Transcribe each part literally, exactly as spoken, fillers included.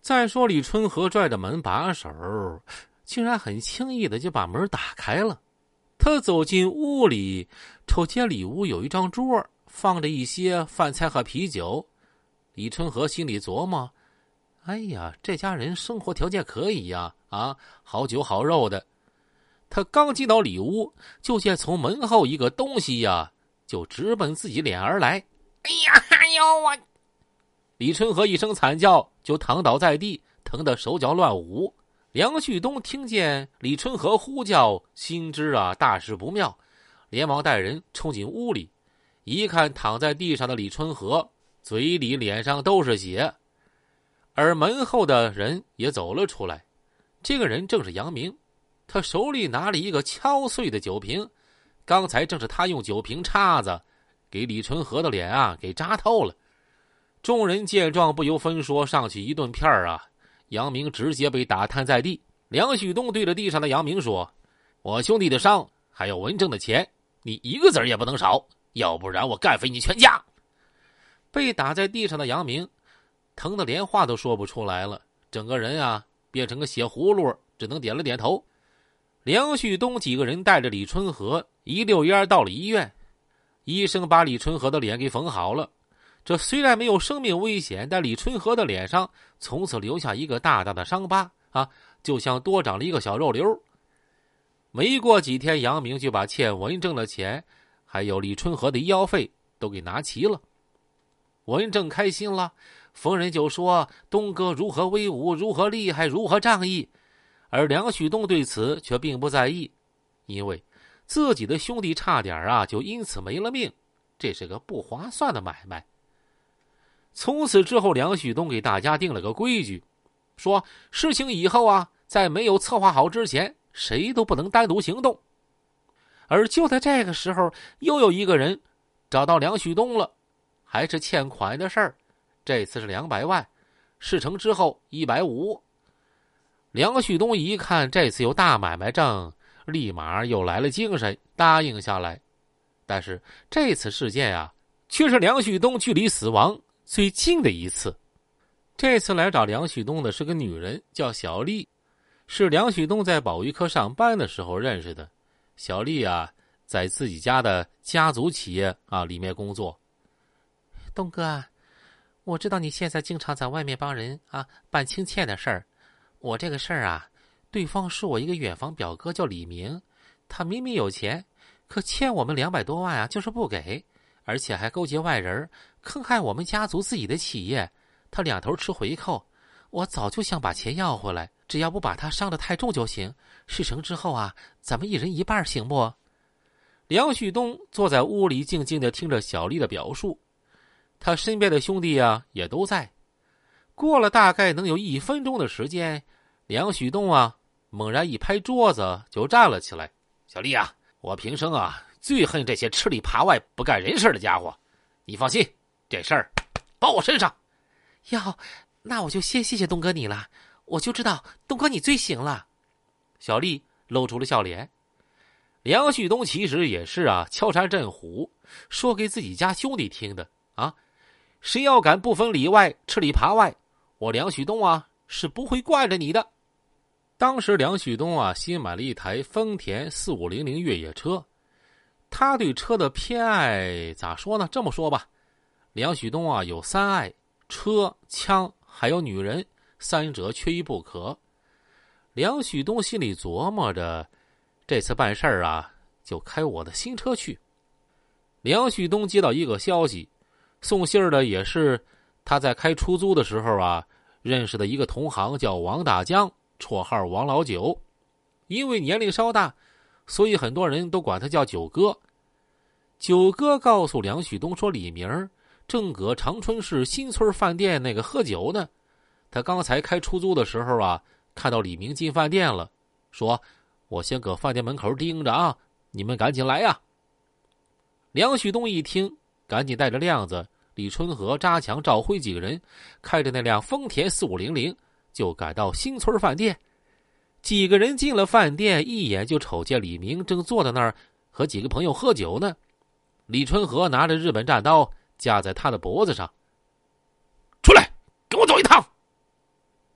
再说李春和拽着门把手，竟然很轻易的就把门打开了。他走进屋里，瞅见里屋有一张桌，放着一些饭菜和啤酒。李春和心里琢磨，哎呀，这家人生活条件可以呀，啊，好酒好肉的。他刚进到里屋，就见从门后一个东西呀，就直奔自己脸而来。 哎呀，哎呦我！ 李春和一声惨叫，就躺倒在地，疼得手脚乱舞。梁旭东听见李春和呼叫，心知啊大事不妙，连忙带人冲进屋里，一看躺在地上的李春和，嘴里脸上都是血。而门后的人也走了出来，这个人正是杨明，他手里拿了一个敲碎的酒瓶，刚才正是他用酒瓶叉子给李春和的脸啊给扎透了。众人见状不由分说上去一顿片儿啊，杨明直接被打瘫在地。梁旭东对着地上的杨明说，我兄弟的伤还有文正的钱，你一个子也不能少，要不然我干废你全家。被打在地上的杨明疼得连话都说不出来了，整个人啊变成个血葫芦，只能点了点头。梁旭东几个人带着李春和一溜烟到了医院，医生把李春和的脸给缝好了。这虽然没有生命危险，但李春和的脸上从此留下一个大大的伤疤啊，就像多长了一个小肉瘤。没过几天，杨明就把欠文正的钱还有李春和的医药费都给拿齐了。文正开心了，逢人就说东哥如何威武，如何厉害，如何仗义。而梁旭东对此却并不在意，因为自己的兄弟差点啊就因此没了命，这是个不划算的买卖。从此之后，梁旭东给大家定了个规矩，说事情以后啊，在没有策划好之前，谁都不能单独行动。而就在这个时候，又有一个人找到梁旭东了，还是欠款的事儿，这次是两百万，事成之后一百五。梁旭东一看这次有大买卖挣，立马又来了精神，答应下来。但是这次事件啊，却是梁旭东距离死亡最近的一次。这次来找梁旭东的是个女人，叫小丽，是梁旭东在保育科上班的时候认识的。小丽啊，在自己家的家族企业啊里面工作。东哥啊，我知道你现在经常在外面帮人啊办清欠的事儿。我这个事儿啊，对方是我一个远房表哥，叫李明，他明明有钱，可欠我们两百多万啊，就是不给，而且还勾结外人，坑害我们家族自己的企业，他两头吃回扣。我早就想把钱要回来，只要不把他伤得太重就行。事成之后啊，咱们一人一半行不？梁旭东坐在屋里静静地听着小丽的表述，他身边的兄弟啊也都在。过了大概能有一分钟的时间，梁旭东啊猛然一拍桌子就站了起来。小丽啊，我平生啊最恨这些吃里扒外不干人事的家伙，你放心，这事儿包我身上。哟，那我就先谢谢东哥你了，我就知道东哥你最行了。小丽露出了笑脸。梁旭东其实也是啊敲山震虎，说给自己家兄弟听的啊，谁要敢不分里外吃里扒外，我梁旭东啊是不会惯着你的。当时梁旭东啊新买了一台丰田四五零零越野车，他对车的偏爱咋说呢？这么说吧，梁旭东啊有三爱：车、枪还有女人，三者缺一不可。梁旭东心里琢磨着，这次办事儿啊就开我的新车去。梁旭东接到一个消息，送信儿的也是他在开出租的时候啊认识的一个同行，叫王大江，绰号王老九。因为年龄稍大，所以很多人都管他叫九哥。九哥告诉梁旭东说，李明正搁长春市新村饭店那个喝酒呢，他刚才开出租的时候啊看到李明进饭店了，说我先搁饭店门口盯着啊，你们赶紧来呀。梁旭东一听，赶紧带着亮子、李春和、扎强、赵辉几个人开着那辆丰田四五零零就赶到新村饭店。几个人进了饭店，一眼就瞅见李明正坐在那儿和几个朋友喝酒呢。李春和拿着日本战刀架在他的脖子上，出来跟我走一趟。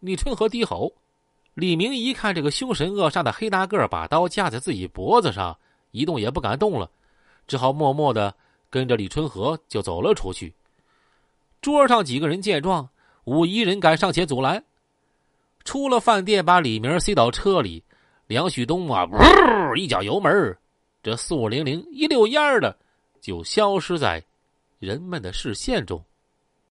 李春和低吼。李明一看这个凶神恶煞的黑大个把刀架在自己脖子上，一动也不敢动了，只好默默地跟着李春和就走了出去。桌上几个人见状，无一人敢上前阻拦。出了饭店，把李明塞到车里，梁旭东啊，呜一脚油门，这四五零零一溜烟的就消失在人们的视线中。